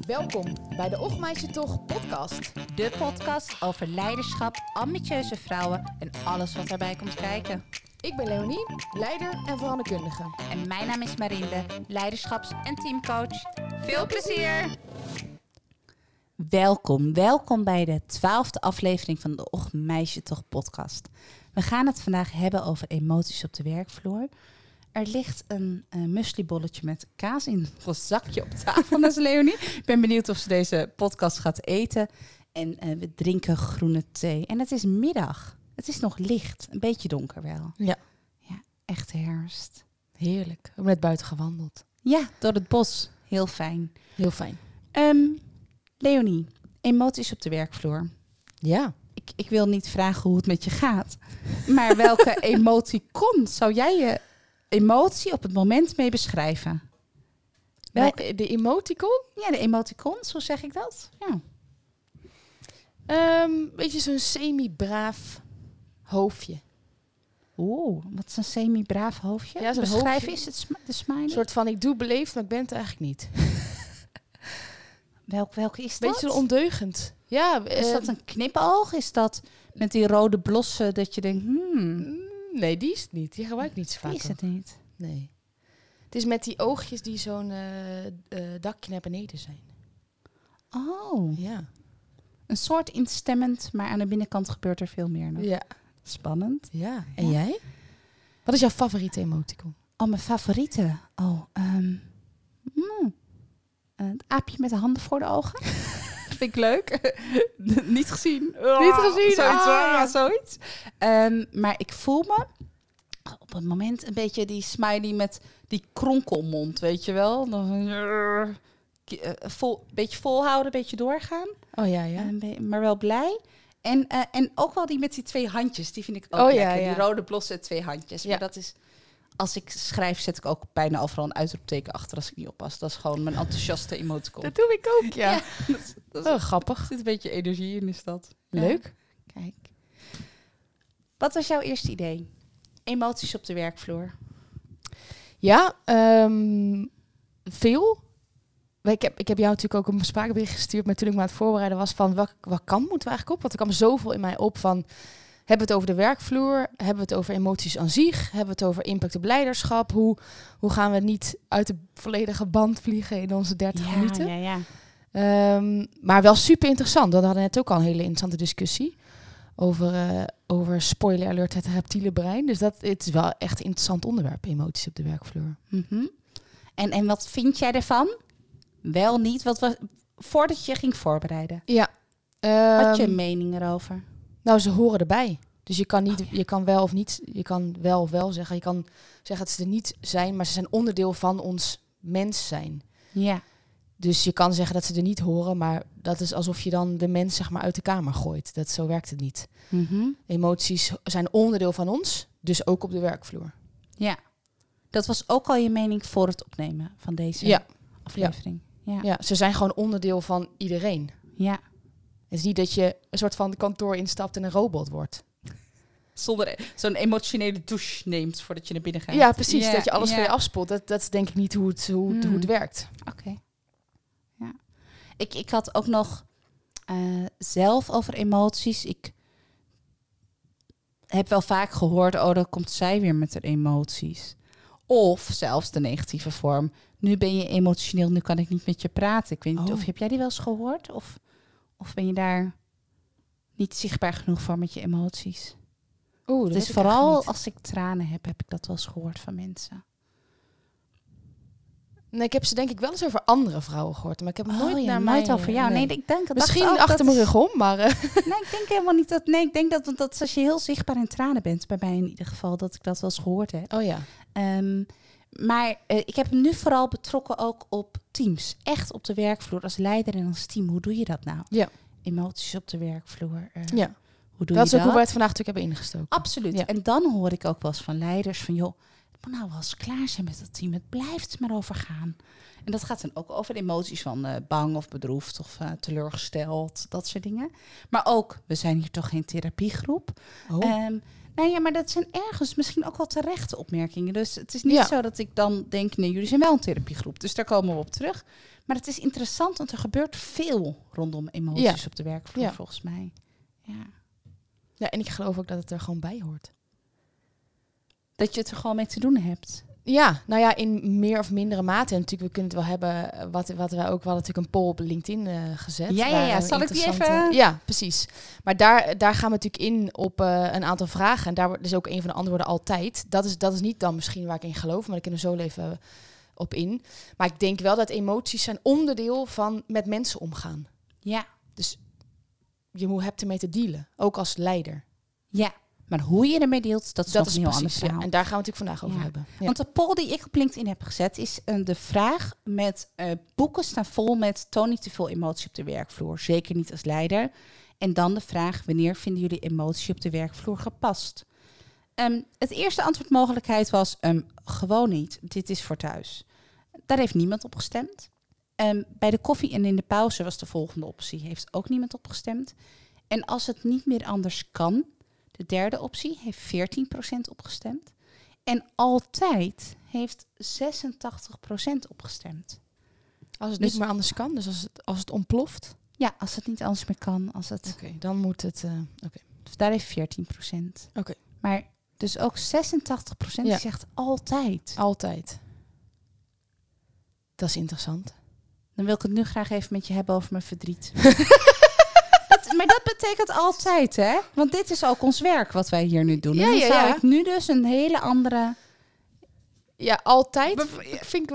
Welkom bij de Och Meisje Toch podcast. De podcast over leiderschap, ambitieuze vrouwen en alles wat daarbij komt kijken. Ik ben Leonie, leider en veranderkundige. En mijn naam is Marinde, leiderschaps- en teamcoach. Veel plezier! Welkom bij de 12e aflevering van de Och Meisje Toch podcast. We gaan het vandaag hebben over emoties op de werkvloer. Er ligt een mueslibolletje met kaas in een zakje op tafel, dat is Leonie. Ik ben benieuwd of ze deze podcast gaat eten. En we drinken groene thee. En het is middag. Het is nog licht. Een beetje donker wel. Ja. Ja, echt herfst. Heerlijk. We hebben net buiten gewandeld. Ja, door het bos. Heel fijn. Heel fijn. Leonie, emoties op de werkvloer. Ja. Ik wil niet vragen hoe het met je gaat. Maar welke emoticon zou jij je emotie op het moment mee beschrijven? Welke? De emoticon? Ja, de emoticons, hoe zeg ik dat? Ja. Beetje zo'n semi-braaf hoofdje. Oeh, wat is een semi-braaf hoofdje? Ja, zo'n beschrijf hoofdje. eens de smiley. Een soort van, ik doe beleefd, maar ik ben het eigenlijk niet. Welke is dat? Beetje zo'n ondeugend. Ja. Is dat een knipoog? Is dat met die rode blossen dat je denkt, Nee, die is het niet. Die gebruik ik niet zo vaak. die is het niet. Nee. Het is met die oogjes die zo'n dakje naar beneden zijn. Oh, Ja. een soort instemmend, maar aan de binnenkant gebeurt er veel meer nog. Ja. Spannend. Ja. En Ja. jij? Wat is jouw favoriete emoticon? Oh, mijn favoriete. Het aapje met de handen voor de ogen. Dat vind ik leuk. Niet gezien. Niet gezien, Zoiets. ja. Zoiets. Maar ik voel me op het moment een beetje die smiley met die kronkelmond, weet je wel. Beetje volhouden, een beetje doorgaan. Oh ja, ja. Maar wel blij. En ook wel die met die twee handjes. Die vind ik ook Oh, lekker. ja, ja. Die rode blosse twee handjes. Ja. Maar dat is... Als ik schrijf, zet ik ook bijna overal een uitroepteken achter als ik niet oppas. Dat is gewoon mijn enthousiaste emoticon. Dat doe ik ook, ja. Dat Oh, grappig. er zit een beetje energie in, is dat. Leuk. Ja, kijk. Wat was jouw eerste idee? Emoties op de werkvloer. Ja, veel. Ik heb jou natuurlijk ook een spraakbericht gestuurd, maar toen ik me aan het voorbereiden was van wat kan moeten we eigenlijk op? Want er kwam zoveel in mij op van, hebben we het over de werkvloer? Hebben we het over emoties aan zich? Hebben we het over impact op leiderschap? Hoe gaan we niet uit de volledige band vliegen in onze 30 minuten? Ja. Maar wel super interessant. We hadden net ook al een hele interessante discussie over spoiler alert, het reptiele brein. Dus het is wel echt een interessant onderwerp, emoties op de werkvloer. Mhm. En wat vind jij ervan? Wel niet. Voordat je je ging voorbereiden. Ja. Had je een mening erover? Nou, ze horen erbij. Dus je kan niet, je kan wel of niet, je kan wel of wel zeggen. Je kan zeggen dat ze er niet zijn, maar ze zijn onderdeel van ons mens zijn. Ja. Dus je kan zeggen dat ze er niet horen, maar dat is alsof je dan de mens zeg maar uit de kamer gooit. Zo werkt het niet. Mhm. Emoties zijn onderdeel van ons, dus ook op de werkvloer. Ja. Dat was ook al je mening voor het opnemen van deze aflevering. Ja, ze zijn gewoon onderdeel van iedereen. Ja. Het is niet dat je een soort van kantoor instapt en een robot wordt. Zonder zo'n emotionele douche neemt voordat je naar binnen gaat. Ja, precies. Ja, dat je alles ja. voor je afspot. Dat is denk ik niet hoe het werkt. Oké. Ja. Ik had ook nog zelf over emoties. Ik heb wel vaak gehoord, dan komt zij weer met haar emoties. Of zelfs de negatieve vorm. Nu ben je emotioneel, nu kan ik niet met je praten. Ik weet niet, of heb jij die wel eens gehoord? Of ben je daar niet zichtbaar genoeg voor met je emoties? Oeh, Dus vooral als ik tranen heb ik dat wel eens gehoord van mensen. Nee, ik heb ze denk ik wel eens over andere vrouwen gehoord, maar ik heb nooit over jou. Nee, ik denk dat misschien ook, achter mijn rug om, maar Nee, ik denk helemaal niet dat. Nee, ik denk dat als je heel zichtbaar in tranen bent, bij mij in ieder geval, dat ik dat wel eens gehoord heb. oh ja. Maar ik heb hem nu vooral betrokken ook op teams. Echt op de werkvloer als leider en als team. Hoe doe je dat nou? Ja. Emoties op de werkvloer. Ja. Hoe doe Dat is je ook dat? hoe we het vandaag natuurlijk hebben ingestoken. Absoluut. Ja. En dan hoor ik ook wel eens van leiders van, joh, moet nou wel eens klaar zijn met dat team. Het blijft maar over gaan. En dat gaat dan ook over de emoties van bang of bedroefd of teleurgesteld. Dat soort dingen. Maar ook, we zijn hier toch geen therapiegroep. Nou ja, maar dat zijn ergens misschien ook wel terechte opmerkingen. Dus het is niet zo dat ik dan denk, nee, jullie zijn wel een therapiegroep. Dus daar komen we op terug. Maar het is interessant, want er gebeurt veel rondom emoties op de werkvloer, volgens mij. Ja, en ik geloof ook dat het er gewoon bij hoort. Dat je het er gewoon mee te doen hebt. Ja, nou ja, in meer of mindere mate. En natuurlijk, we kunnen het wel hebben, wat wij ook, we hadden natuurlijk een poll op LinkedIn gezet. Ja. Zal ik die even... Ja, precies. Maar daar gaan we natuurlijk in op een aantal vragen. En daar is ook een van de antwoorden altijd. Dat is niet dan misschien waar ik in geloof, maar daar kunnen we zo even op in. Maar ik denk wel dat emoties zijn onderdeel van met mensen omgaan. Ja. Dus je hebt ermee te dealen, ook als leider. Ja. Maar hoe je ermee deelt, dat is nog een heel ander verhaal. En daar gaan we het natuurlijk vandaag over hebben. Ja. Want de poll die ik op LinkedIn heb gezet is de vraag met boeken staan vol met toon niet te veel emotie op de werkvloer. Zeker niet als leider. En dan de vraag, wanneer vinden jullie emotie op de werkvloer gepast? Het eerste antwoordmogelijkheid was gewoon niet. Dit is voor thuis. Daar heeft niemand op gestemd. Bij de koffie en in de pauze was de volgende optie. Heeft ook niemand op gestemd. En als het niet meer anders kan... De derde optie heeft 14% opgestemd. En altijd heeft 86% opgestemd. Als het niet meer anders kan, dus als het ontploft? Ja, als het niet anders meer kan. Oké, dan moet het... Dus daar heeft 14%. Oké. Maar dus ook 86% die zegt altijd. Altijd. Dat is interessant. Dan wil ik het nu graag even met je hebben over mijn verdriet. Maar dat betekent altijd, hè? Want dit is ook ons werk wat wij hier nu doen. En dan zou ik nu dus een hele andere... Ja, altijd vind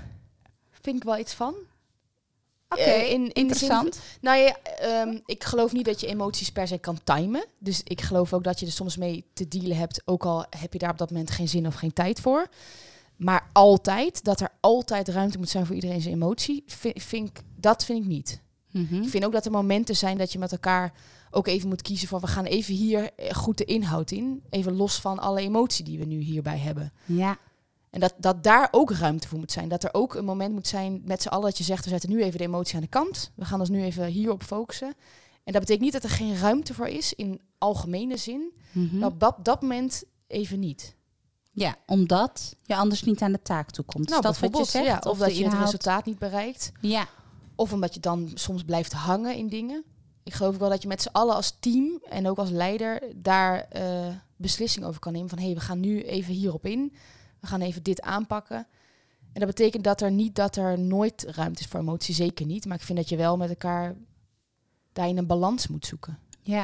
ik wel iets van. Oké, interessant. Ik geloof niet dat je emoties per se kan timen. Dus ik geloof ook dat je er soms mee te dealen hebt. Ook al heb je daar op dat moment geen zin of geen tijd voor. Maar altijd, dat er altijd ruimte moet zijn voor iedereen zijn emotie. Dat vind ik niet. Mm-hmm. Ik vind ook dat er momenten zijn dat je met elkaar ook even moet kiezen van... we gaan even hier goed de inhoud in. Even los van alle emotie die we nu hierbij hebben. Ja. En dat daar ook ruimte voor moet zijn. Dat er ook een moment moet zijn met z'n allen dat je zegt... we zetten nu even de emotie aan de kant. We gaan ons nu even hierop focussen. En dat betekent niet dat er geen ruimte voor is in algemene zin. Mm-hmm. Maar op dat moment even niet. Ja, omdat je anders niet aan de taak toekomt. Nou, dat wat je zegt? Ja, of dat je het resultaat niet bereikt. Ja. Of omdat je dan soms blijft hangen in dingen. Ik geloof wel dat je met z'n allen als team en ook als leider daar beslissing over kan nemen. Van we gaan nu even hierop in. We gaan even dit aanpakken. En dat betekent dat er nooit ruimte is voor emotie. Zeker niet. Maar ik vind dat je wel met elkaar daarin een balans moet zoeken. Ja.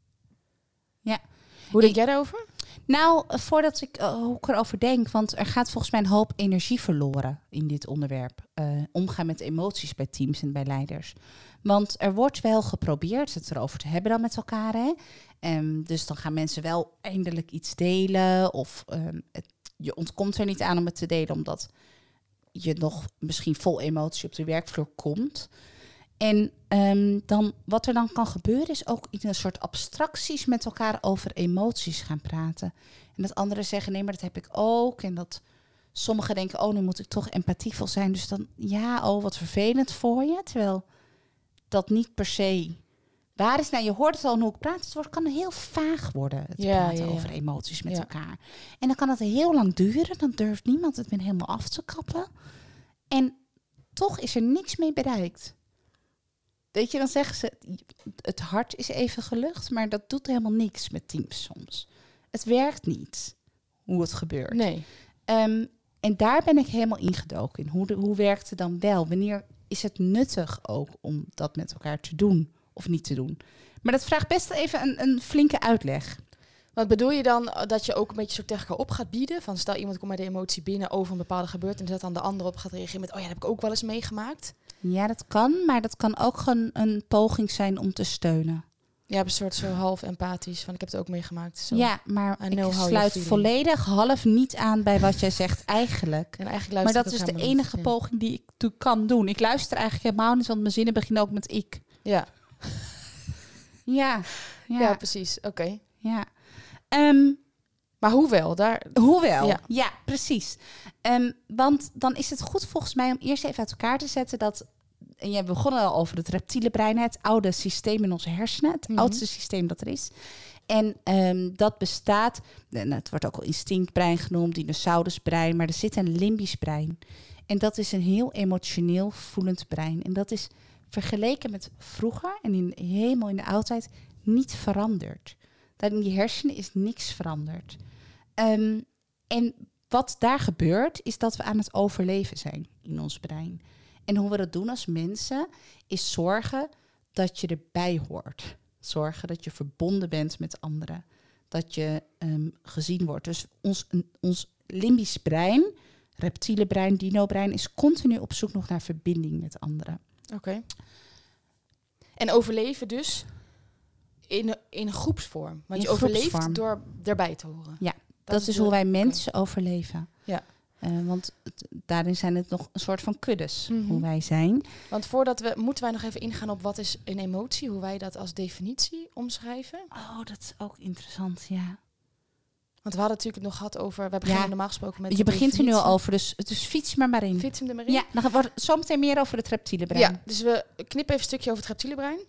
Hoe denk jij daarover? Nou, voordat hoe ik erover denk, want er gaat volgens mij een hoop energie verloren in dit onderwerp. Omgaan met emoties bij teams en bij leiders. Want er wordt wel geprobeerd het erover te hebben dan met elkaar. Hè? Dus dan gaan mensen wel eindelijk iets delen. Of je ontkomt er niet aan om het te delen, omdat je nog misschien vol emotie op de werkvloer komt. En dan, wat er dan kan gebeuren is ook in een soort abstracties met elkaar over emoties gaan praten. En dat anderen zeggen, nee, maar dat heb ik ook. En dat sommigen denken, nu moet ik toch empathievol zijn. Dus dan, wat vervelend voor je. Terwijl dat niet per se waar is. Nou, je hoort het al hoe ik praat. Het kan heel vaag worden, het praten over emoties met elkaar. En dan kan het heel lang duren. Dan durft niemand het meer helemaal af te kappen. En toch is er niks mee bereikt. Weet je, dan zeggen ze, het hart is even gelucht, maar dat doet helemaal niks met teams soms. Het werkt niet, hoe het gebeurt. Nee. En daar ben ik helemaal ingedoken in. Hoe werkt het dan wel? Wanneer is het nuttig ook om dat met elkaar te doen of niet te doen? Maar dat vraagt best even een flinke uitleg. Wat bedoel je dan dat je ook een beetje zo tegen elkaar op gaat bieden? Van stel iemand komt met de emotie binnen over een bepaalde gebeurtenis en dat dan de ander op gaat reageren met, dat heb ik ook wel eens meegemaakt. Ja, dat kan, maar dat kan ook gewoon een poging zijn om te steunen. Ja, een soort zo half empathisch, van ik heb het ook meegemaakt. Zo. Ja, maar ik sluit volledig half niet aan bij wat jij zegt eigenlijk. En eigenlijk maar dat is de enige poging die ik kan doen. Ik luister eigenlijk helemaal niet, want mijn zinnen beginnen ook met ik. Ja. Ja, ja precies. Oké. Ja. Maar hoewel, Ja, precies. Want dan is het goed volgens mij om eerst even uit elkaar te zetten dat... En jij begon al over het reptiele brein, het oude systeem in onze hersenen. Het oudste systeem dat er is. En dat bestaat, het wordt ook al instinctbrein genoemd, dinosaurusbrein, maar er zit een limbisch brein. En dat is een heel emotioneel voelend brein. En dat is vergeleken met vroeger en helemaal in de oudheid niet veranderd. Dat in die hersenen is niks veranderd. En wat daar gebeurt, is dat we aan het overleven zijn in ons brein. En hoe we dat doen als mensen, is zorgen dat je erbij hoort. Zorgen dat je verbonden bent met anderen. Dat je gezien wordt. Dus ons limbisch brein, reptiele brein, dino-brein, is continu op zoek nog naar verbinding met anderen. Oké. En overleven dus in een groepsvorm. Want je overleeft door erbij te horen. Ja, dat is hoe wij mensen overleven. Ja. Want daarin zijn het nog een soort van kuddes, hoe wij zijn. Want moeten wij nog even ingaan op wat is een emotie, hoe wij dat als definitie omschrijven? Oh, dat is ook interessant, ja. Want we hadden natuurlijk nog gehad over, we beginnen normaal gesproken met je begint er nu al over, dus fiets maar in. Fiets hem er maar in. Ja, dan wordt het zo meteen meer over het reptiele brein. Ja, dus we knippen even een stukje over het reptiele brein.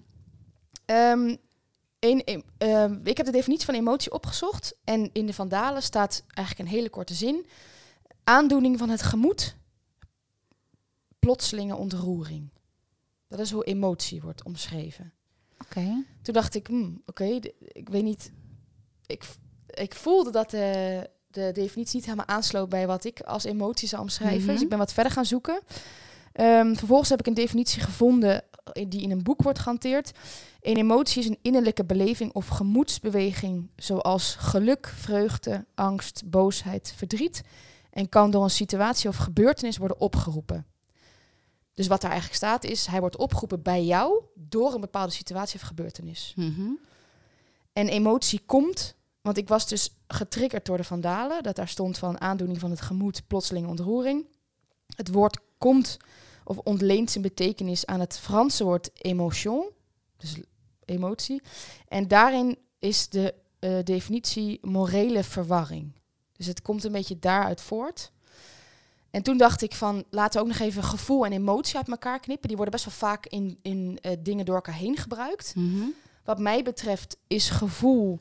Ik heb de definitie van emotie opgezocht en in de Van Dalen staat eigenlijk een hele korte zin. Aandoening van het gemoed, plotselinge ontroering. Dat is hoe emotie wordt omschreven. Oké. Toen dacht ik, ik weet niet. Ik voelde dat de definitie niet helemaal aansloot bij wat ik als emotie zou omschrijven. Dus ik ben wat verder gaan zoeken. Vervolgens heb ik een definitie gevonden die in een boek wordt gehanteerd. Een emotie is een innerlijke beleving of gemoedsbeweging, zoals geluk, vreugde, angst, boosheid, verdriet, en kan door een situatie of gebeurtenis worden opgeroepen. Dus wat daar eigenlijk staat is, hij wordt opgeroepen bij jou door een bepaalde situatie of gebeurtenis. En emotie komt, want ik was dus getriggerd door de Van Dalen, dat daar stond van aandoening van het gemoed, plotseling ontroering. Het woord komt of ontleent zijn betekenis aan het Franse woord émotion, dus emotie. En daarin is de definitie morele verwarring. Dus het komt een beetje daaruit voort. En toen dacht ik van, laten we ook nog even gevoel en emotie uit elkaar knippen. Die worden best wel vaak in dingen door elkaar heen gebruikt. Wat mij betreft is gevoel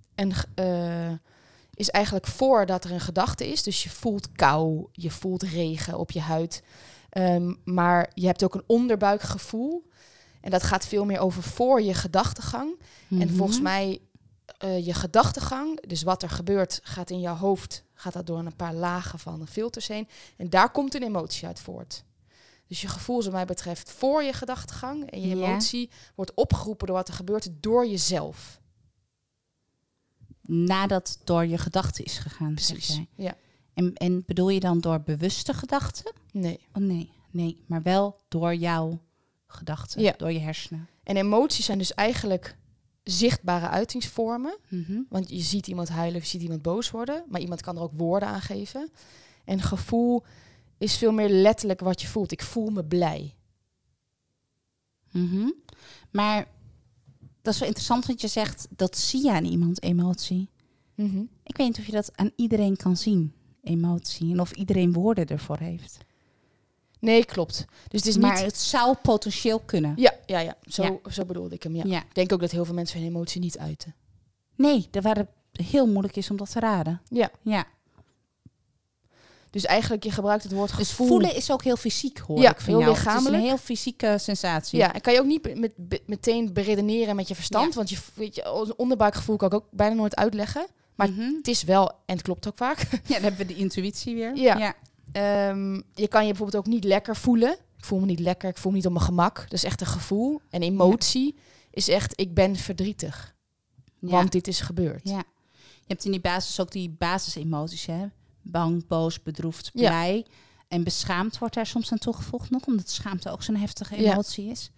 is eigenlijk voordat er een gedachte is. Dus je voelt kou, je voelt regen op je huid. Maar je hebt ook een onderbuikgevoel. En dat gaat veel meer over voor je gedachtegang. En volgens mij je gedachtegang, dus wat er gebeurt, gaat in jouw hoofd, gaat dat door een paar lagen van filters heen. En daar komt een emotie uit voort. Dus je gevoel, wat mij betreft, voor je gedachtegang. En je emotie wordt opgeroepen door wat er gebeurt door jezelf. Nadat het door je gedachten is gegaan, precies. Zeg jij. Ja. En bedoel je dan door bewuste gedachten? Nee. Oh, nee, maar wel door jouw gedachten, door je hersenen. En emoties zijn dus eigenlijk zichtbare uitingsvormen. Want je ziet iemand huilen of je ziet iemand boos worden. Maar iemand kan er ook woorden aan geven. En gevoel is veel meer letterlijk wat je voelt. Ik voel me blij. Maar dat is wel interessant, want je zegt, dat zie je aan iemand, emotie. Ik weet niet of je dat aan iedereen kan zien, emotie. En of iedereen woorden ervoor heeft. Nee, klopt. Dus het is maar het zou potentieel kunnen. Ja. Zo bedoelde ik hem, ja. Ik denk ook dat heel veel mensen hun emotie niet uiten. Nee, waar het heel moeilijk is om dat te raden. Ja. Dus eigenlijk, je gebruikt het woord gevoel. Dus voelen is ook heel fysiek, hoor ik van heel jou. lichamelijk. Het is een heel fysieke sensatie. Ja, en kan je ook niet meteen beredeneren met je verstand. Want je onderbuikgevoel kan ik ook bijna nooit uitleggen. Maar het is wel, en het klopt ook vaak. Ja, dan hebben we de intuïtie weer. Ja. Je kan je bijvoorbeeld ook niet lekker voelen. Ik voel me niet lekker, ik voel me niet op mijn gemak. Dat is echt een gevoel. En emotie is echt, ik ben verdrietig. Want dit is gebeurd. Ja. Je hebt in die basis ook die basisemoties, hè? Bang, boos, bedroefd, blij. En beschaamd wordt daar soms aan toegevoegd nog, omdat schaamte ook zo'n heftige emotie is.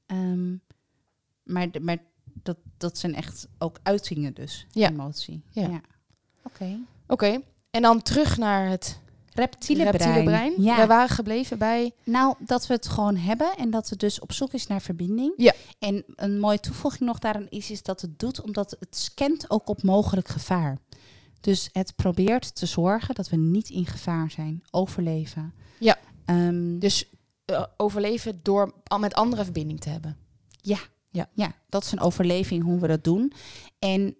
Maar dat zijn echt ook uitingen dus, emotie. Ja. Oké. En dan terug naar het reptiele brein. Ja. We waren gebleven bij... Nou, dat we het gewoon hebben en dat het dus op zoek is naar verbinding. Ja. En een mooie toevoeging nog daaraan is dat het doet omdat het scant ook op mogelijk gevaar. Dus het probeert te zorgen dat we niet in gevaar zijn. Overleven. Ja. Ehm, Dus overleven door met andere verbinding te hebben. Ja, dat is een overleving hoe we dat doen. En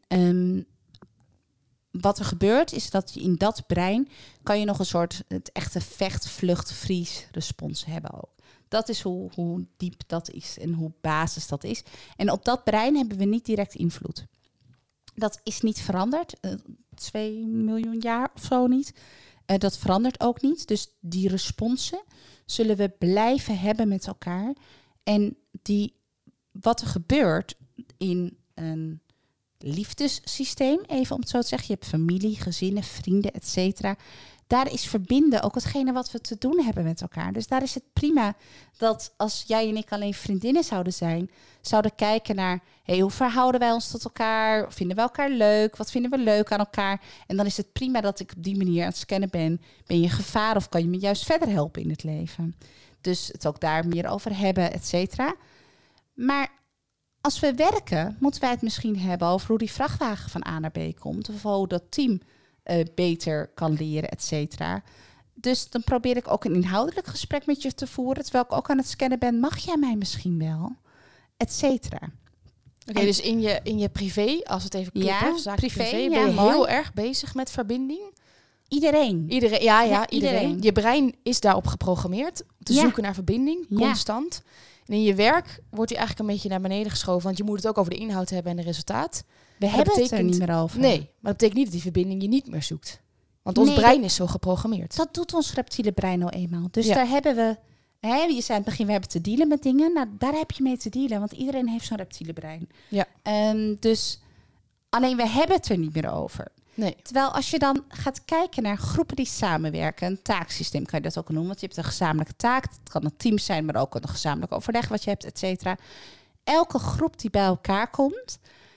wat er gebeurt is dat je in dat brein kan je nog een soort het echte vecht, vlucht, vries respons hebben ook. Dat is hoe diep dat is en hoe basis dat is. En op dat brein hebben we niet direct invloed. Dat is niet veranderd. 2 miljoen jaar of zo niet. Dat verandert ook niet. Dus die responsen zullen we blijven hebben met elkaar. En wat er gebeurt in een liefdessysteem, even om het zo te zeggen. Je hebt familie, gezinnen, vrienden, et cetera. Daar is verbinden ook hetgene wat we te doen hebben met elkaar. Dus daar is het prima dat als jij en ik alleen vriendinnen zouden zijn, zouden kijken naar, hoe verhouden wij ons tot elkaar? Vinden we elkaar leuk? Wat vinden we leuk aan elkaar? En dan is het prima dat ik op die manier aan het scannen ben. Ben je gevaar of kan je me juist verder helpen in het leven? Dus het ook daar meer over hebben, et cetera. Maar als we werken, moeten wij het misschien hebben over hoe die vrachtwagen van A naar B komt. Of hoe dat team beter kan leren, et cetera. Dus dan probeer ik ook een inhoudelijk gesprek met je te voeren. Terwijl ik ook aan het scannen ben, mag jij mij misschien wel? Et cetera. Oké, dus in je privé, als het even kippen, privé, ben je heel erg bezig met verbinding. Iedereen. Iedereen. Je brein is daarop geprogrammeerd te zoeken naar verbinding, constant. En in je werk wordt die eigenlijk een beetje naar beneden geschoven, want je moet het ook over de inhoud hebben en de resultaat. We hebben het er niet meer over. Nee, maar dat betekent niet dat die verbinding je niet meer zoekt. Want ons brein is zo geprogrammeerd. Dat doet ons reptiele brein nou eenmaal. Dus daar hebben we, je zei aan het begin, we hebben te dealen met dingen. Nou, daar heb je mee te dealen, want iedereen heeft zo'n reptiele brein. Ja. Dus alleen we hebben het er niet meer over. Nee. Terwijl als je dan gaat kijken naar groepen die samenwerken, een taaksysteem kan je dat ook noemen, want je hebt een gezamenlijke taak. Het kan een team zijn, maar ook een gezamenlijk overleg wat je hebt, et cetera. Elke groep die bij elkaar komt,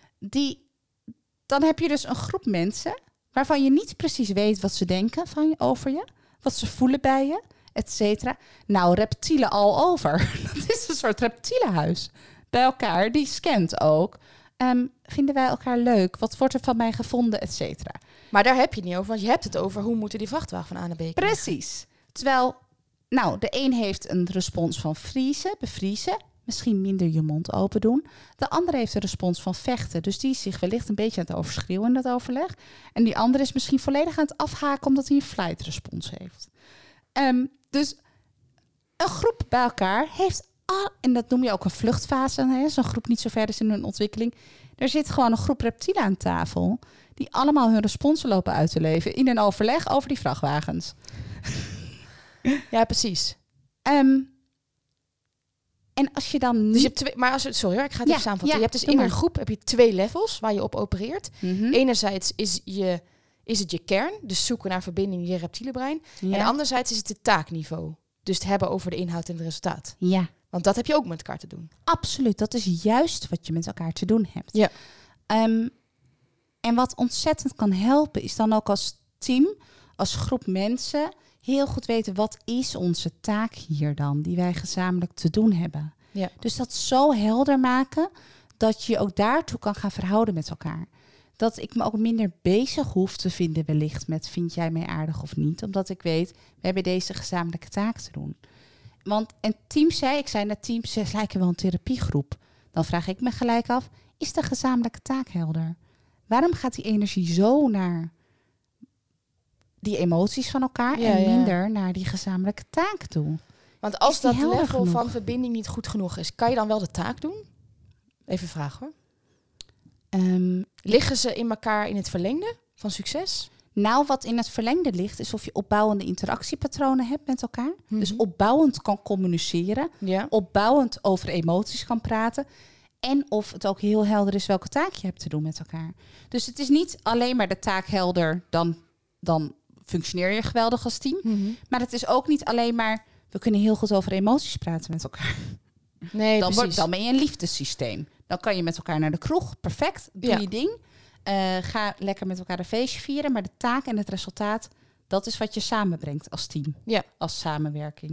dan heb je dus een groep mensen waarvan je niet precies weet wat ze denken over je, wat ze voelen bij je, et cetera. Nou, reptielen all over. Dat is een soort reptielenhuis bij elkaar. Die scant ook. Vinden wij elkaar leuk? Wat wordt er van mij gevonden, et cetera. Maar daar heb je het niet over, want je hebt het over hoe moeten die vrachtwagen van A naar B krijgen. Precies. Terwijl, de een heeft een respons van bevriezen. Misschien minder je mond open doen. De andere heeft een respons van vechten. Dus die is zich wellicht een beetje aan het overschreeuwen in dat overleg. En die andere is misschien volledig aan het afhaken omdat hij een flight respons heeft. Dus een groep bij elkaar heeft, en dat noem je ook een vluchtfase. Als een groep niet zo ver is in hun ontwikkeling. Er zit gewoon een groep reptielen aan tafel die allemaal hun responsen lopen uit te leven in een overleg over die vrachtwagens. Ja, precies. En als je dan Dus je hebt ik ga het even samenvatten. Je hebt dus in een groep heb je 2 levels waar je op opereert. Mm-hmm. Enerzijds is het je kern, dus zoeken naar verbinding, je reptiele brein. Ja. En anderzijds is het het taakniveau. Dus het hebben over de inhoud en het resultaat. Ja. Want dat heb je ook met elkaar te doen. Absoluut, dat is juist wat je met elkaar te doen hebt. Ja. En wat ontzettend kan helpen is dan ook als team, als groep mensen, heel goed weten wat is onze taak hier dan, die wij gezamenlijk te doen hebben. Ja. Dus dat zo helder maken dat je ook daartoe kan gaan verhouden met elkaar. Dat ik me ook minder bezig hoef te vinden wellicht met vind jij mij aardig of niet. Omdat ik weet, we hebben deze gezamenlijke taak te doen. Want een team ik zei net, teams lijken wel een therapiegroep. Dan vraag ik me gelijk af, is de gezamenlijke taak helder? Waarom gaat die energie zo naar die emoties van elkaar en minder naar die gezamenlijke taak toe? Want als dat level genoeg van verbinding niet goed genoeg is, kan je dan wel de taak doen? Even vragen hoor. Liggen ze in elkaar in het verlengde van succes? Nou, wat in het verlengde ligt, is of je opbouwende interactiepatronen hebt met elkaar. Mm-hmm. Dus opbouwend kan communiceren. Ja. Opbouwend over emoties kan praten. En of het ook heel helder is welke taak je hebt te doen met elkaar. Dus het is niet alleen maar de taak helder, dan functioneer je geweldig als team. Mm-hmm. Maar het is ook niet alleen maar, we kunnen heel goed over emoties praten met elkaar. Nee, Dan ben je een liefdessysteem. Dan kan je met elkaar naar de kroeg. Perfect, doe je ding. Ga lekker met elkaar een feestje vieren. Maar de taak en het resultaat, dat is wat je samenbrengt als team. Ja. Als samenwerking.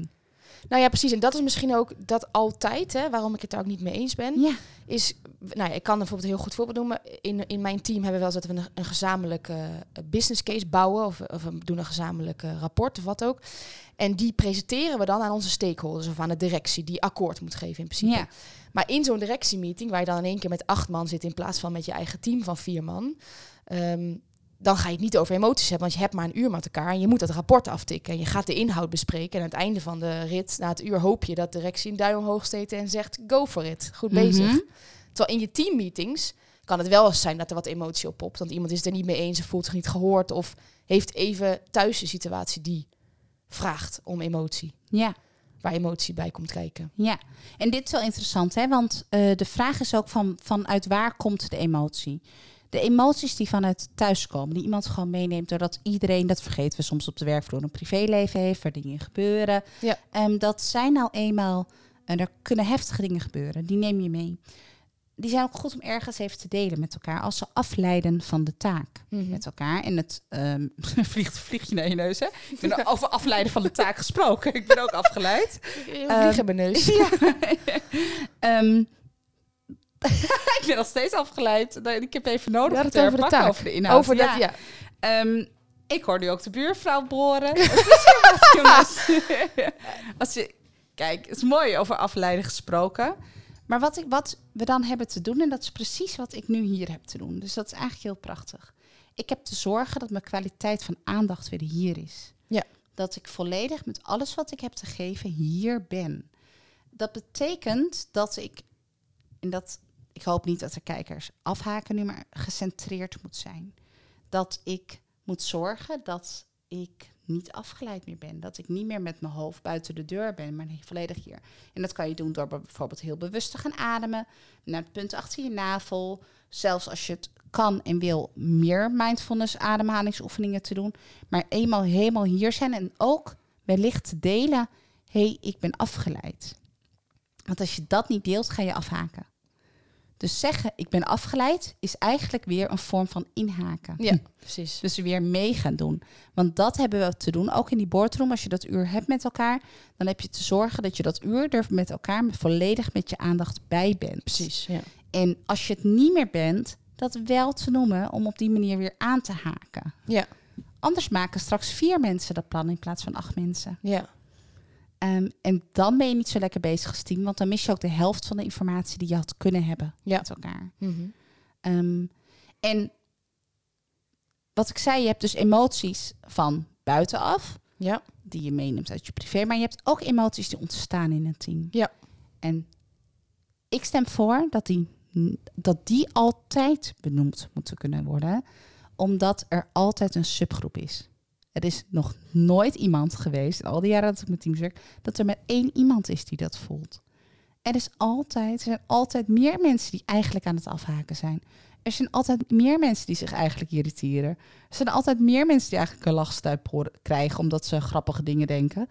Nou ja, precies. En dat is misschien ook dat altijd, hè, waarom ik het daar ook niet mee eens ben. Ja. Is, nou ja, ik kan bijvoorbeeld een heel goed voorbeeld noemen. In mijn team hebben we wel eens dat we een gezamenlijke business case bouwen. Of we doen een gezamenlijk rapport of wat ook. En die presenteren we dan aan onze stakeholders of aan de directie die akkoord moet geven in principe. Ja. Maar in zo'n directiemeeting, waar je dan in één keer met 8 man zit in plaats van met je eigen team van 4 man... dan ga je het niet over emoties hebben, want je hebt maar een uur met elkaar en je moet dat rapport aftikken en je gaat de inhoud bespreken. En aan het einde van de rit, na het uur, hoop je dat de directie een duim omhoog steekt en zegt, go for it, goed bezig. Terwijl in je teammeetings kan het wel eens zijn dat er wat emotie op popt, want iemand is het er niet mee eens, voelt zich niet gehoord of heeft even thuis een situatie die vraagt om emotie. Ja. Waar emotie bij komt kijken. Ja, en dit is wel interessant, hè? Want de vraag is ook vanuit waar komt de emotie? De emoties die vanuit thuis komen, die iemand gewoon meeneemt doordat iedereen, dat vergeten we soms op de werkvloer, een privéleven heeft, waar dingen gebeuren. Ja. Dat zijn nou eenmaal, er kunnen heftige dingen gebeuren, die neem je mee. Die zijn ook goed om ergens even te delen met elkaar, als ze afleiden van de taak met elkaar. En het vliegt je naar je neus, hè? Ik ben over afleiden van de taak gesproken. Ik ben ook afgeleid. Vliegen mijn neus. Ja. Ik ben nog steeds afgeleid. Ik heb even nodig om te over de taak. Over de inhoud. Over dat, ja. Ik hoor nu ook de buurvrouw boren. Het is heel wat, jongens. Kijk, het is mooi over afleiden gesproken. Maar wat we dan hebben te doen, en dat is precies wat ik nu hier heb te doen. Dus dat is eigenlijk heel prachtig. Ik heb te zorgen dat mijn kwaliteit van aandacht weer hier is. Ja. Dat ik volledig met alles wat ik heb te geven hier ben. Dat betekent dat ik hoop niet dat de kijkers afhaken nu, maar gecentreerd moet zijn. Dat ik moet zorgen dat ik niet afgeleid meer ben. Dat ik niet meer met mijn hoofd buiten de deur ben, maar volledig hier. En dat kan je doen door bijvoorbeeld heel bewust te gaan ademen, naar het punt achter je navel. Zelfs als je het kan en wil, meer mindfulness ademhalingsoefeningen te doen. Maar eenmaal helemaal hier zijn en ook wellicht te delen, ik ben afgeleid. Want als je dat niet deelt, ga je afhaken. Dus zeggen, ik ben afgeleid, is eigenlijk weer een vorm van inhaken. Ja, precies. Dus weer mee gaan doen. Want dat hebben we te doen. Ook in die boardroom, als je dat uur hebt met elkaar, dan heb je te zorgen dat je dat uur er met elkaar volledig met je aandacht bij bent. Precies, ja. En als je het niet meer bent, dat wel te noemen om op die manier weer aan te haken. Ja. Anders maken straks 4 mensen dat plan in plaats van 8 mensen. Ja. En dan ben je niet zo lekker bezig als team, want dan mis je ook de helft van de informatie die je had kunnen hebben met elkaar. En wat ik zei, je hebt dus emoties van buitenaf, die je meeneemt uit je privé, maar je hebt ook emoties die ontstaan in een team. Ja. En ik stem voor dat die altijd benoemd moeten kunnen worden, omdat er altijd een subgroep is. Er is nog nooit iemand geweest, in al die jaren dat ik met teams werk, dat er maar 1 iemand is die dat voelt. Er zijn altijd meer mensen die eigenlijk aan het afhaken zijn. Er zijn altijd meer mensen die zich eigenlijk irriteren. Er zijn altijd meer mensen die eigenlijk een lachstuip krijgen omdat ze grappige dingen denken.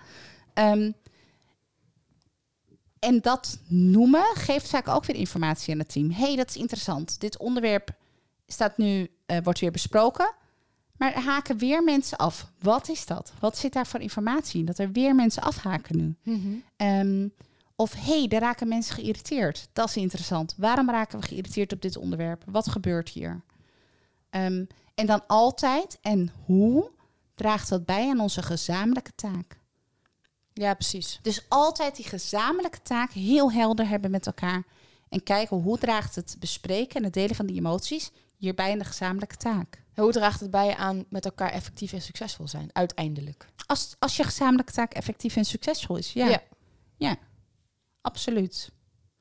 En dat noemen geeft vaak ook weer informatie aan het team. Dat is interessant. Dit onderwerp wordt weer besproken. Maar er haken weer mensen af. Wat is dat? Wat zit daar voor informatie in? Dat er weer mensen afhaken nu. Of daar raken mensen geïrriteerd. Dat is interessant. Waarom raken we geïrriteerd op dit onderwerp? Wat gebeurt hier? En dan altijd en hoe draagt dat bij aan onze gezamenlijke taak? Ja, precies. Dus altijd die gezamenlijke taak heel helder hebben met elkaar. En kijken hoe draagt het bespreken en het delen van die emoties hierbij in de gezamenlijke taak. Hoe draagt het bij aan met elkaar effectief en succesvol zijn, uiteindelijk? Als je gezamenlijke taak effectief en succesvol is, ja. Absoluut.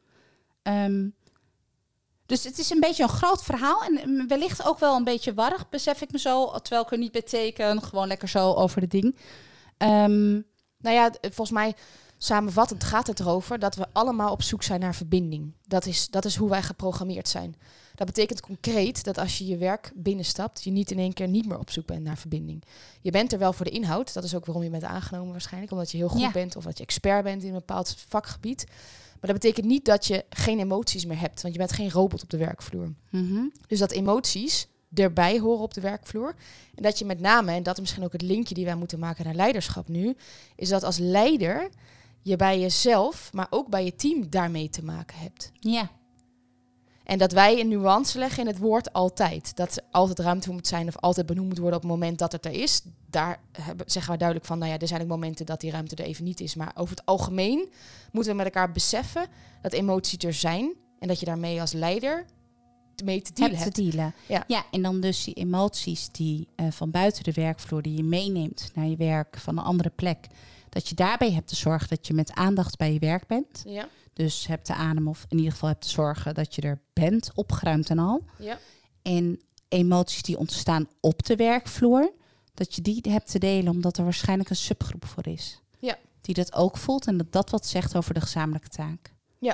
Dus het is een beetje een groot verhaal en wellicht ook wel een beetje warrig, besef ik me zo, terwijl ik er niet bij teken, gewoon lekker zo over het ding. Nou ja, volgens mij samenvattend gaat het erover dat we allemaal op zoek zijn naar verbinding. Dat is hoe wij geprogrammeerd zijn. Dat betekent concreet dat als je je werk binnenstapt, je niet in één keer niet meer op zoek bent naar verbinding. Je bent er wel voor de inhoud. Dat is ook waarom je bent aangenomen waarschijnlijk. Omdat je heel goed bent of dat je expert bent in een bepaald vakgebied. Maar dat betekent niet dat je geen emoties meer hebt. Want je bent geen robot op de werkvloer. Dus dat emoties erbij horen op de werkvloer. En dat je met name, en dat is misschien ook het linkje die wij moeten maken naar leiderschap nu, is dat als leider je bij jezelf, maar ook bij je team daarmee te maken hebt. Ja. En dat wij een nuance leggen in het woord altijd. Dat er altijd ruimte moet zijn of altijd benoemd moet worden op het moment dat het er is. Daar zeggen we duidelijk van, er zijn ook momenten dat die ruimte er even niet is. Maar over het algemeen moeten we met elkaar beseffen dat emoties er zijn. En dat je daarmee als leider mee te dealen hebt. Ja, en dan dus die emoties die van buiten de werkvloer, die je meeneemt naar je werk van een andere plek. Dat je daarbij hebt te zorgen dat je met aandacht bij je werk bent. Ja. Dus hebt te ademen of in ieder geval hebt te zorgen dat je er bent, opgeruimd en al. Ja. En emoties die ontstaan op de werkvloer, dat je die hebt te delen omdat er waarschijnlijk een subgroep voor is. Ja. Die dat ook voelt en dat wat zegt over de gezamenlijke taak. Ja.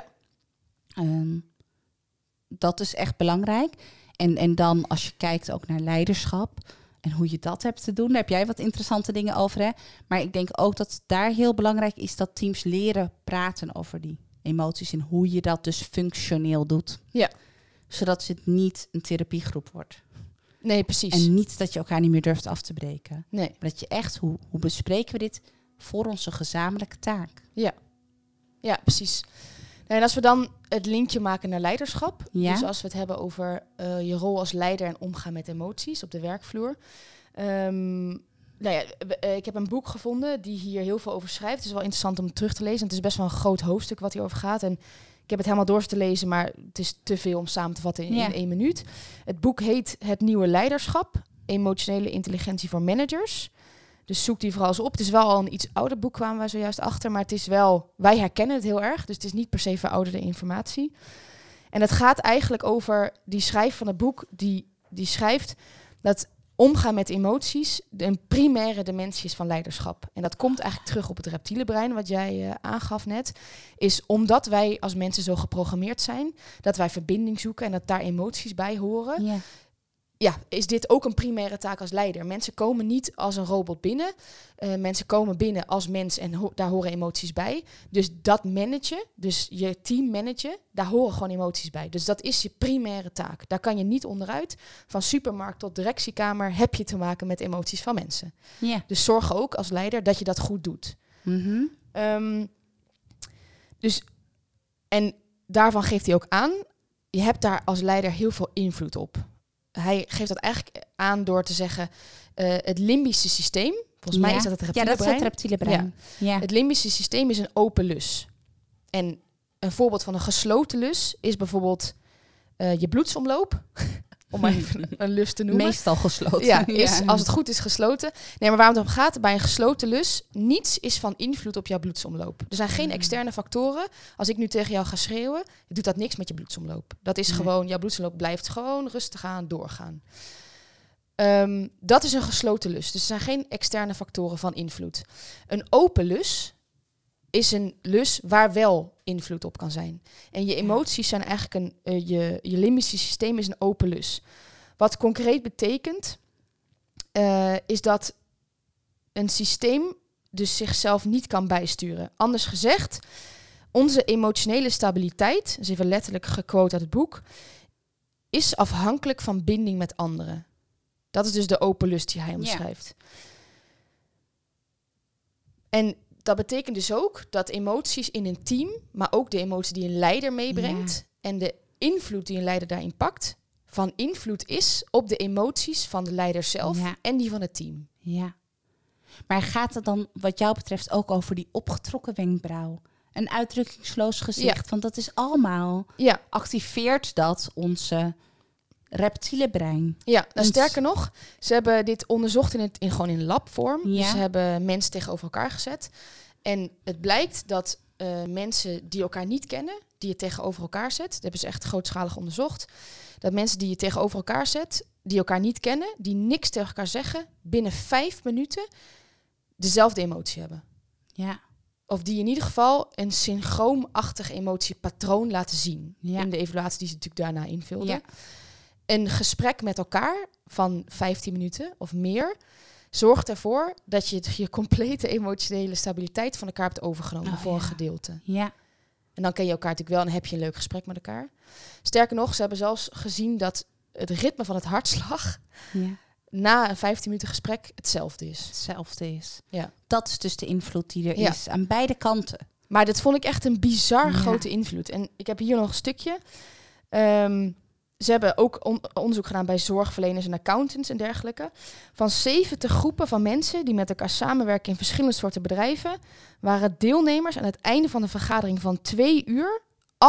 Dat is echt belangrijk. En dan als je kijkt ook naar leiderschap en hoe je dat hebt te doen, daar heb jij wat interessante dingen over. Hè? Maar ik denk ook dat het daar heel belangrijk is dat teams leren praten over die emoties en hoe je dat dus functioneel doet. Ja. Zodat het niet een therapiegroep wordt. Nee, precies. En niet dat je elkaar niet meer durft af te breken. Nee. Maar dat je echt, hoe bespreken we dit voor onze gezamenlijke taak? Ja, precies. En als we dan het linkje maken naar leiderschap. Ja. Dus als we het hebben over je rol als leider en omgaan met emoties op de werkvloer. Ik heb een boek gevonden die hier heel veel over schrijft. Het is wel interessant om terug te lezen. Het is best wel een groot hoofdstuk wat hierover gaat. En ik heb het helemaal door te lezen, maar het is te veel om samen te vatten in 1 minuut. Het boek heet Het Nieuwe Leiderschap. Emotionele intelligentie voor managers. Dus zoek die vooral eens op. Het is wel al een iets ouder boek, kwamen wij zojuist achter. Maar het is wel, wij herkennen het heel erg. Dus het is niet per se verouderde informatie. En het gaat eigenlijk over die schrijver van het boek. Die schrijft dat omgaan met emoties een primaire dimensie is van leiderschap. En dat komt eigenlijk terug op het reptiele brein, wat jij aangaf net. Is omdat wij als mensen zo geprogrammeerd zijn, dat wij verbinding zoeken en dat daar emoties bij horen. Ja. Ja, is dit ook een primaire taak als leider. Mensen komen niet als een robot binnen. Mensen komen binnen als mens en daar horen emoties bij. Dus dat managen, dus je team managen, daar horen gewoon emoties bij. Dus dat is je primaire taak. Daar kan je niet onderuit. Van supermarkt tot directiekamer heb je te maken met emoties van mensen. Ja. Dus zorg ook als leider dat je dat goed doet. Mm-hmm. En daarvan geeft hij ook aan, je hebt daar als leider heel veel invloed op. Hij geeft dat eigenlijk aan door te zeggen, het limbische systeem, volgens mij is dat het reptiele brein. Ja, dat is het reptiele brein. Ja. Het limbische systeem is een open lus. En een voorbeeld van een gesloten lus is bijvoorbeeld je bloedsomloop. Om maar even een lus te noemen. Meestal gesloten. Ja, als het goed is gesloten. Nee, maar waar het om gaat, bij een gesloten lus, niets is van invloed op jouw bloedsomloop. Er zijn geen externe factoren. Als ik nu tegen jou ga schreeuwen, doet dat niks met je bloedsomloop. Dat is gewoon, jouw bloedsomloop blijft gewoon rustig aan doorgaan. Dat is een gesloten lus. Dus er zijn geen externe factoren van invloed. Een open lus is een lus waar wel invloed op kan zijn. En je emoties zijn eigenlijk je limbische systeem is een open lus. Wat concreet betekent, is dat een systeem dus zichzelf niet kan bijsturen. Anders gezegd, onze emotionele stabiliteit, dat is even letterlijk gequote uit het boek, is afhankelijk van binding met anderen. Dat is dus de open lus die hij omschrijft. Ja. En dat betekent dus ook dat emoties in een team, maar ook de emotie die een leider meebrengt en de invloed die een leider daarin pakt, van invloed is op de emoties van de leider zelf en die van het team. Ja. Maar gaat het dan wat jou betreft ook over die opgetrokken wenkbrauw? Een uitdrukkingsloos gezicht, want dat is allemaal, activeert dat onze reptiele brein. Ja, sterker nog, ze hebben dit onderzocht gewoon in labvorm. Ja. Dus ze hebben mensen tegenover elkaar gezet. En het blijkt dat mensen die elkaar niet kennen, die je tegenover elkaar zet, dat hebben ze echt grootschalig onderzocht, dat mensen die je tegenover elkaar zet, die elkaar niet kennen, die niks tegen elkaar zeggen, binnen 5 minuten dezelfde emotie hebben. Ja. Of die in ieder geval een synchroomachtig emotiepatroon laten zien. Ja. In de evaluatie die ze natuurlijk daarna invulden. Ja. Een gesprek met elkaar van 15 minuten of meer zorgt ervoor dat je je complete emotionele stabiliteit van elkaar hebt overgenomen voor een gedeelte. Ja. En dan ken je elkaar natuurlijk wel en heb je een leuk gesprek met elkaar. Sterker nog, ze hebben zelfs gezien dat het ritme van het hartslag na een 15 minuten gesprek hetzelfde is. Hetzelfde is. Ja. Dat is dus de invloed die er is aan beide kanten. Maar dat vond ik echt een bizar grote invloed. En ik heb hier nog een stukje. Ze hebben ook onderzoek gedaan bij zorgverleners en accountants en dergelijke. Van 70 groepen van mensen die met elkaar samenwerken in verschillende soorten bedrijven, waren deelnemers aan het einde van de vergadering van 2 uur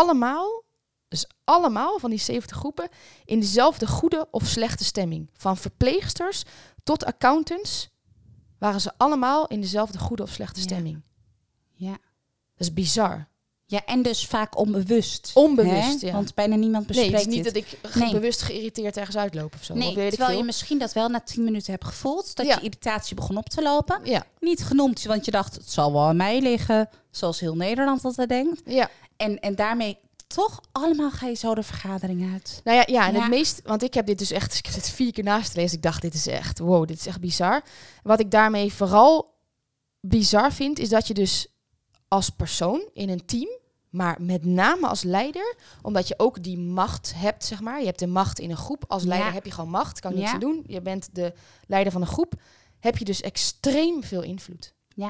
allemaal van die 70 groepen in dezelfde goede of slechte stemming. Van verpleegsters tot accountants waren ze allemaal in dezelfde goede of slechte stemming. Ja. Dat is bizar. Ja, en dus vaak onbewust. Onbewust, ja. Want bijna niemand bespreekt het is niet dit. dat ik bewust geïrriteerd ergens uitloop of zo. Nee, weet terwijl je misschien dat wel na 10 minuten hebt gevoeld. Dat je irritatie begon op te lopen. Ja. Niet genoemd, want je dacht, het zal wel aan mij liggen. Zoals heel Nederland altijd denkt. Ja. En daarmee toch allemaal ga je zo de vergadering uit. Nou ja, het meest... Want ik heb dit dus echt... Ik heb dit 4 keer naast gelezen. Ik dacht, dit is echt... Wow, dit is echt bizar. Wat ik daarmee vooral bizar vind, is dat je dus als persoon in een team, maar met name als leider, omdat je ook die macht hebt, zeg maar. Je hebt de macht in een groep. Als leider heb je gewoon macht. Kan niks aan doen. Je bent de leider van een groep. Heb je dus extreem veel invloed. Ja.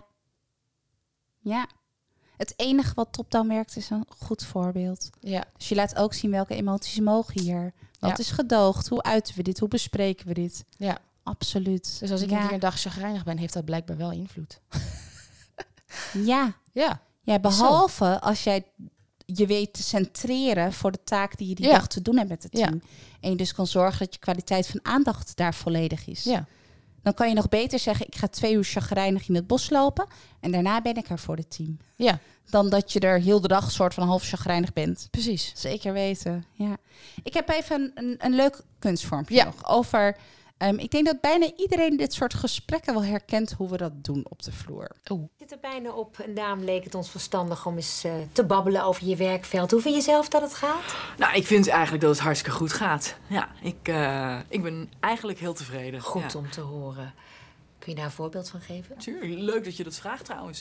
Ja. Het enige wat top-down werkt is een goed voorbeeld. Ja. Dus je laat ook zien welke emoties mogen hier. Wat is gedoogd? Hoe uiten we dit? Hoe bespreken we dit? Ja. Absoluut. Dus als ik een keer een dag chagrijnig ben, heeft dat blijkbaar wel invloed. Ja. Ja. Ja, behalve als jij je weet te centreren voor de taak die je die dag te doen hebt met het team. Ja. En je dus kan zorgen dat je kwaliteit van aandacht daar volledig is. Ja. Dan kan je nog beter zeggen, ik ga 2 uur chagrijnig in het bos lopen en daarna ben ik er voor het team. Ja. Dan dat je er heel de dag een soort van half chagrijnig bent. Precies. Zeker weten, ja. Ik heb even een leuk kunstvormpje nog over... ik denk dat bijna iedereen dit soort gesprekken wel herkent hoe we dat doen op de vloer. We zitten bijna op en daarom leek het ons verstandig om eens te babbelen over je werkveld. Hoe vind je zelf dat het gaat? Nou, ik vind eigenlijk dat het hartstikke goed gaat. Ja, ik ben eigenlijk heel tevreden. Goed om te horen. Kun je daar een voorbeeld van geven? Tuurlijk, leuk dat je dat vraagt trouwens.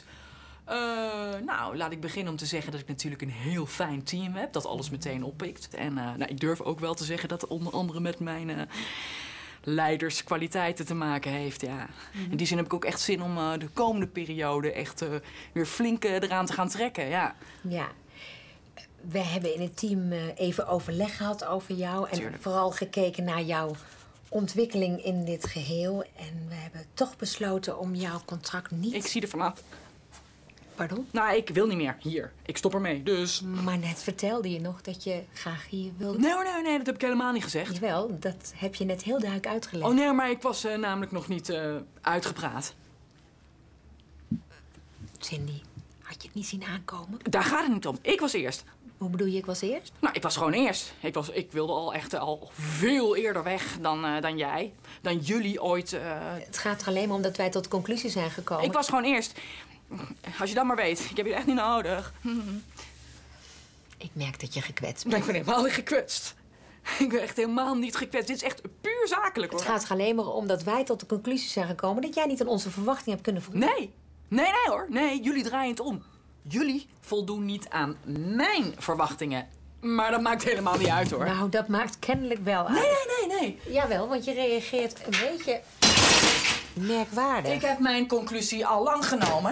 Nou, laat ik beginnen om te zeggen dat ik natuurlijk een heel fijn team heb. Dat alles meteen oppikt. En ik durf ook wel te zeggen dat onder andere met mijn leiderskwaliteiten te maken heeft, ja. In die zin heb ik ook echt zin om de komende periode echt weer flink eraan te gaan trekken, ja. Ja. We hebben in het team even overleg gehad over jou. En vooral gekeken naar jouw ontwikkeling in dit geheel. En we hebben toch besloten om jouw contract niet... Ik zie er vanaf. Pardon? Nou, ik wil niet meer. Hier. Ik stop ermee, dus... Maar net vertelde je nog dat je graag hier wilde... Nee, dat heb ik helemaal niet gezegd. Jawel, dat heb je net heel duidelijk uitgelegd. Oh nee, maar ik was namelijk nog niet uitgepraat. Cindy, had je het niet zien aankomen? Daar gaat het niet om. Ik was eerst. Hoe bedoel je, ik was eerst? Nou, ik was gewoon eerst. Ik wilde al veel eerder weg dan jij. Dan jullie ooit... Het gaat er alleen maar om dat wij tot de conclusie zijn gekomen. Ik was gewoon eerst. Als je dat maar weet. Ik heb je echt niet nodig. Ik merk dat je gekwetst bent. Ik ben helemaal niet gekwetst. Ik ben echt helemaal niet gekwetst. Dit is echt puur zakelijk, hoor. Het gaat er alleen maar om dat wij tot de conclusie zijn gekomen dat jij niet aan onze verwachtingen hebt kunnen voldoen. Nee hoor. Nee, jullie draaien het om. Jullie voldoen niet aan mijn verwachtingen. Maar dat maakt helemaal niet uit, hoor. Nou, dat maakt kennelijk wel uit. Nee. Jawel, want je reageert een beetje merkwaardig. Ik heb mijn conclusie al lang genomen.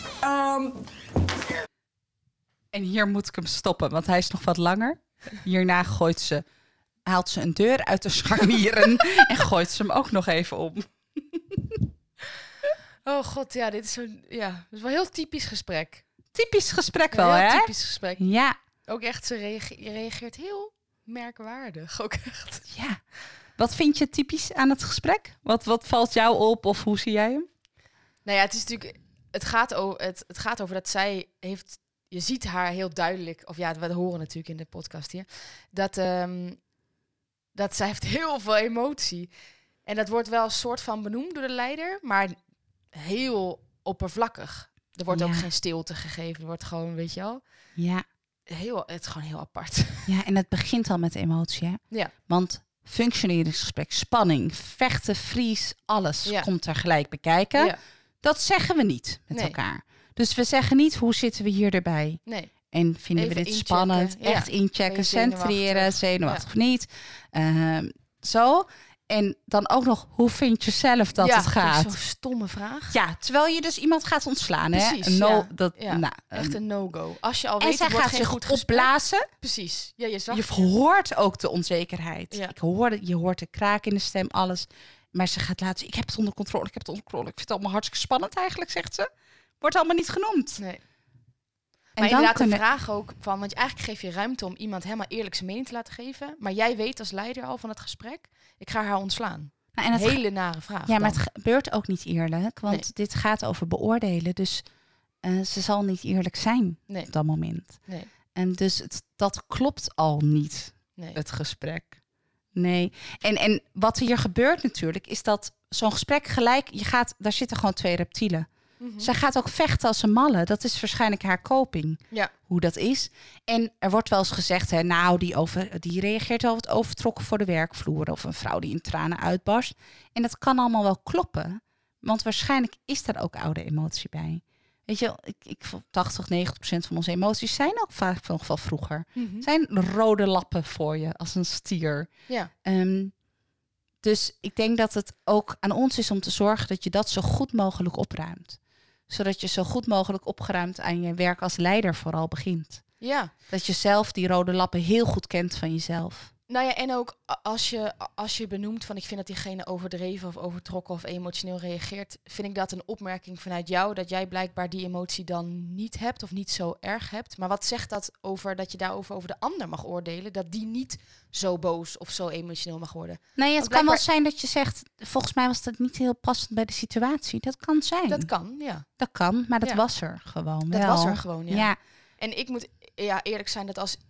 En hier moet ik hem stoppen, want hij is nog wat langer. Hierna haalt ze een deur uit de scharnieren en gooit ze hem ook nog even om. Oh god, ja, dit is zo'n... Ja, dat is wel een heel typisch gesprek. Typisch gesprek wel, hè? Typisch gesprek. Ja. Ook echt, je reageert heel merkwaardig. Ook echt. Ja. Wat vind je typisch aan het gesprek? Wat valt jou op of hoe zie jij hem? Nou ja, het is natuurlijk... Het gaat over dat zij heeft... Je ziet haar heel duidelijk... Of ja, we horen natuurlijk in de podcast hier... Dat zij heeft heel veel emotie. En dat wordt wel een soort van benoemd door de leider... Maar heel oppervlakkig. Er wordt ook geen stilte gegeven. Er wordt gewoon, weet je wel... Ja. Het is gewoon heel apart. Ja, en het begint al met emotie, hè? Ja. Want functioneringsgesprek, spanning, vechten, vries, alles komt er gelijk bekijken. Ja. Dat zeggen we niet met elkaar. Dus we zeggen niet, hoe zitten we hier erbij? Nee. En vinden we dit spannend? Echt inchecken, centreren, zenuwachtig of niet. Zo. En dan ook nog, hoe vind je zelf dat het gaat? Zo'n stomme vraag. Ja, terwijl je dus iemand gaat ontslaan. Precies, hè? Echt een no-go. Als je al en weet, zij het wordt gaat geen zich goed gesprek. opblazen. Precies. Ja, je zag Je hoort ook de onzekerheid. Ja. Je hoort de kraak in de stem, alles. Maar ze gaat laten zien, ik heb het onder controle, ik heb het onder controle. Ik vind het allemaal hartstikke spannend eigenlijk, zegt ze. Wordt allemaal niet genoemd. Nee. En Maar dan inderdaad de vraag ook van, want eigenlijk geef je ruimte om iemand helemaal eerlijk zijn mening te laten geven. Maar jij weet als leider al van het gesprek, ik ga haar ontslaan. Nou, en Hele nare vraag. Ja, maar dan. het gebeurt ook niet eerlijk. Want Nee. dit gaat over beoordelen. Dus ze zal niet eerlijk zijn Nee. op dat moment. Nee. En dus dat klopt al niet, Nee. het gesprek. Nee. En wat hier gebeurt natuurlijk, is dat zo'n gesprek gelijk... daar zitten gewoon 2 reptielen. Mhm. Zij gaat ook vechten als een malle. Dat is waarschijnlijk haar coping. Ja. Hoe dat is. En er wordt wel eens gezegd, hè, nou, die reageert wel wat overtrokken voor de werkvloer. Of een vrouw die in tranen uitbarst. En dat kan allemaal wel kloppen. Want waarschijnlijk is daar ook oude emotie bij. Weet je, 80-90% van onze emoties zijn ook vaak nog van vroeger. Mhm. Zijn rode lappen voor je, als een stier. Ja. Dus ik denk dat het ook aan ons is om te zorgen dat je dat zo goed mogelijk opruimt. Zodat je zo goed mogelijk opgeruimd aan je werk als leider vooral begint. Ja. Dat je zelf die rode lappen heel goed kent van jezelf. Nou ja, en ook als je benoemt van ik vind dat diegene overdreven of overtrokken of emotioneel reageert, vind ik dat een opmerking vanuit jou, dat jij blijkbaar die emotie dan niet hebt of niet zo erg hebt. Maar wat zegt dat over dat je daarover over de ander mag oordelen, dat die niet zo boos of zo emotioneel mag worden? Nee, het Want kan wel blijkbaar- zijn dat je zegt, volgens mij was dat niet heel passend bij de situatie. Dat kan zijn. Dat kan, ja. Dat kan, maar dat Ja. was er gewoon Dat wel. was er gewoon, ja. Ja. En ik moet eerlijk zijn dat als...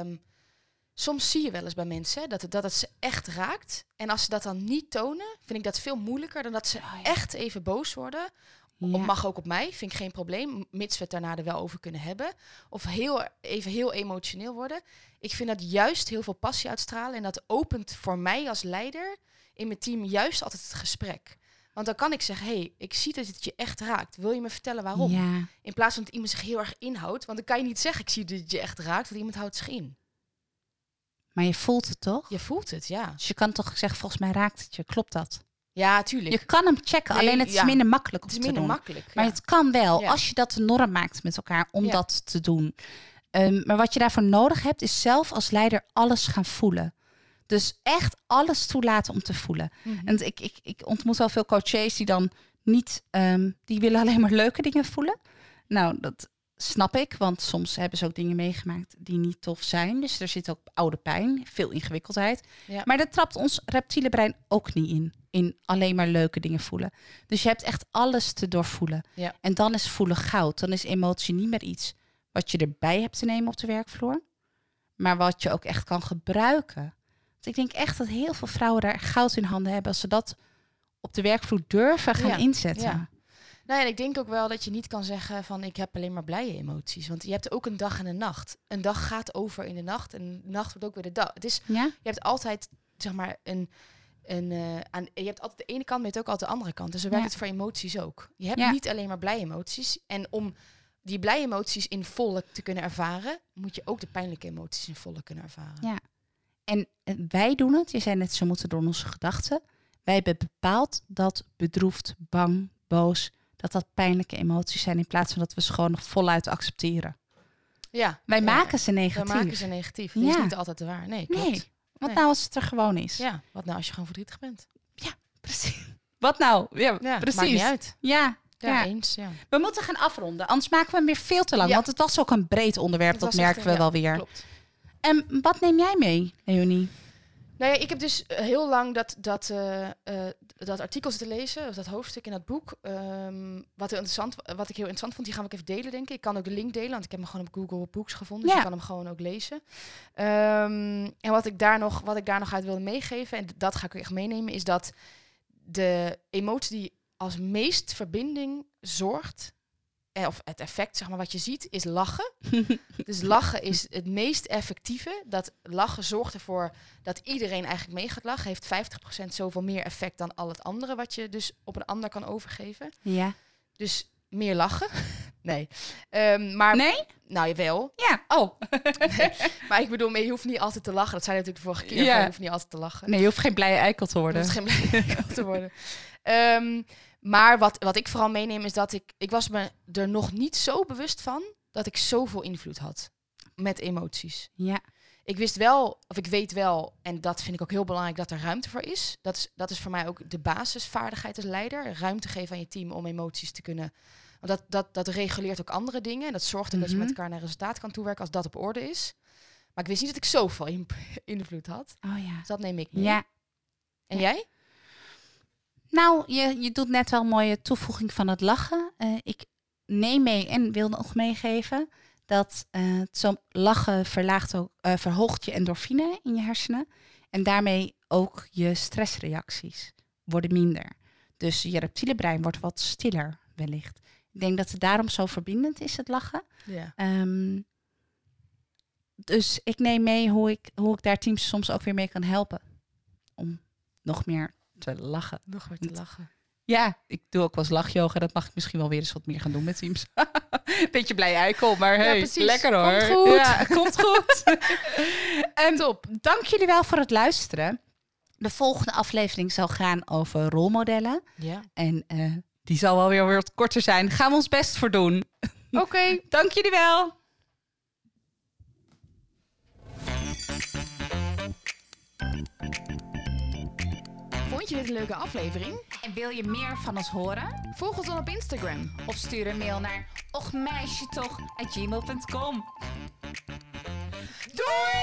soms zie je wel eens bij mensen hè, dat het ze echt raakt. En als ze dat dan niet tonen, vind ik dat veel moeilijker dan dat ze echt even boos worden. Ja. Mag ook op mij, vind ik geen probleem. Mits we het daarna er wel over kunnen hebben. Of even heel emotioneel worden. Ik vind dat juist heel veel passie uitstralen. En dat opent voor mij als leider in mijn team juist altijd het gesprek. Want dan kan ik zeggen, hey, ik zie dat het je echt raakt. Wil je me vertellen waarom? Ja. In plaats van dat iemand zich heel erg inhoudt. Want dan kan je niet zeggen, ik zie dat het je echt raakt. Want iemand houdt zich in. Maar je voelt het toch? Je voelt het, ja. Dus je kan toch zeggen, volgens mij raakt het je. Klopt dat? Ja, tuurlijk. Je kan hem checken, Nee, alleen het is ja. minder makkelijk om Het is te minder doen. makkelijk. Maar ja. het kan wel, Ja. als je dat de norm maakt met elkaar, om Ja. dat te doen. Maar wat je daarvoor nodig hebt, is zelf als leider alles gaan voelen. Dus echt alles toelaten om te voelen. Mhm. En ik ontmoet wel veel coaches die dan niet... die willen alleen maar leuke dingen voelen. Nou, dat snap ik, want soms hebben ze ook dingen meegemaakt die niet tof zijn. Dus er zit ook oude pijn, veel ingewikkeldheid. Ja. Maar dat trapt ons reptiele brein ook niet in alleen maar leuke dingen voelen. Dus je hebt echt alles te doorvoelen. Ja. En dan is voelen goud. Dan is emotie niet meer iets wat je erbij hebt te nemen op de werkvloer, maar wat je ook echt kan gebruiken. Want ik denk echt dat heel veel vrouwen daar goud in handen hebben als ze dat op de werkvloer durven gaan Ja. inzetten. Ja. Nou, en ik denk ook wel dat je niet kan zeggen van ik heb alleen maar blije emoties. Want je hebt ook een dag en een nacht. Een dag gaat over in de nacht en de nacht wordt ook weer de dag. Het is, Ja? je hebt altijd, zeg maar, je hebt altijd de ene kant, maar je hebt ook altijd de andere kant. Dus zo werkt Ja. het voor emoties ook. Je hebt Ja. niet alleen maar blije emoties. En om die blije emoties in volle te kunnen ervaren, moet je ook de pijnlijke emoties in volle kunnen ervaren. Ja. En wij doen het, je zei net, ze moeten door onze gedachten. Wij hebben bepaald dat bedroefd, bang, boos, dat pijnlijke emoties zijn, in plaats van dat we ze gewoon nog voluit accepteren. Ja. Wij Ja. maken ze We negatief. maken ze negatief. Dat is Ja. niet altijd de waar. Nee, klopt. Nee, wat Nee. nou als het er gewoon is? Ja, wat nou als je gewoon verdrietig bent? Precies. Wat nou? Ja, Ja, precies. maakt niet uit. Ja, Ja, ja. eens. Ja. We moeten gaan afronden, anders maken we hem weer veel te lang. Ja. Want het was ook een breed onderwerp, Het dat was echt merken we een- wel weer. Klopt. En wat neem jij mee, Leonie? Nou ja, ik heb dus heel lang dat artikel zitten lezen, of dat hoofdstuk in dat boek. Wat ik heel interessant vond, die gaan we ook even delen, denk ik. Ik kan ook de link delen, want ik heb hem gewoon op Google Books gevonden. Dus Ja. je kan hem gewoon ook lezen. En wat ik daar nog uit wilde meegeven, en dat ga ik echt meenemen, is dat de emotie die als meest verbinding zorgt, of het effect, zeg maar, wat je ziet, is lachen. Dus lachen is het meest effectieve. Dat lachen zorgt ervoor dat iedereen eigenlijk mee gaat lachen. Heeft 50% zoveel meer effect dan al het andere wat je dus op een ander kan overgeven. Ja. Dus meer lachen. Nee. Maar, Nee? Nou, jawel. Ja. Oh. Maar ik bedoel, je hoeft niet altijd te lachen. Dat zei je natuurlijk de vorige keer. Ja. Je hoeft niet altijd te lachen. Nee, je hoeft geen blije eikel te Je worden. hoeft geen blij te worden. Maar wat ik vooral meeneem is dat ik was me er nog niet zo bewust van dat ik zoveel invloed had met emoties. Ja. Ik wist wel, of ik weet wel, en dat vind ik ook heel belangrijk, dat er ruimte voor is. Dat is voor mij ook de basisvaardigheid als leider. Ruimte geven aan je team om emoties te kunnen. Want dat reguleert ook andere dingen. En dat zorgt ook dat je met elkaar naar resultaat kan toewerken als dat op orde is. Maar ik wist niet dat ik zoveel invloed had. Oh ja. Dus dat neem ik mee. Ja. En jij? Nou, je doet net wel een mooie toevoeging van het lachen. Ik neem mee en wil nog meegeven dat zo'n lachen verhoogt je endorfine in je hersenen. En daarmee ook je stressreacties worden minder. Dus je reptiele brein wordt wat stiller wellicht. Ik denk dat het daarom zo verbindend is, het lachen. Ja. Dus ik neem mee hoe ik daar teams soms ook weer mee kan helpen. Om nog meer te lachen. Nog weer te lachen. Ja, ik doe ook wel eens lachyoga. Dat mag ik misschien wel weer eens wat meer gaan doen met teams. Beetje blij eikel, maar hey, precies. lekker hoor. Komt goed. Ja, komt goed. Top. Dank jullie wel voor het luisteren. De volgende aflevering zal gaan over rolmodellen. Ja. En die zal wel weer wat korter zijn. Gaan we ons best voor doen. Oké. Dank jullie wel. Vond je dit een leuke aflevering? En wil je meer van ons horen? Volg ons dan op Instagram. Of stuur een mail naar ochmeisjetoch@gmail.com. Doei!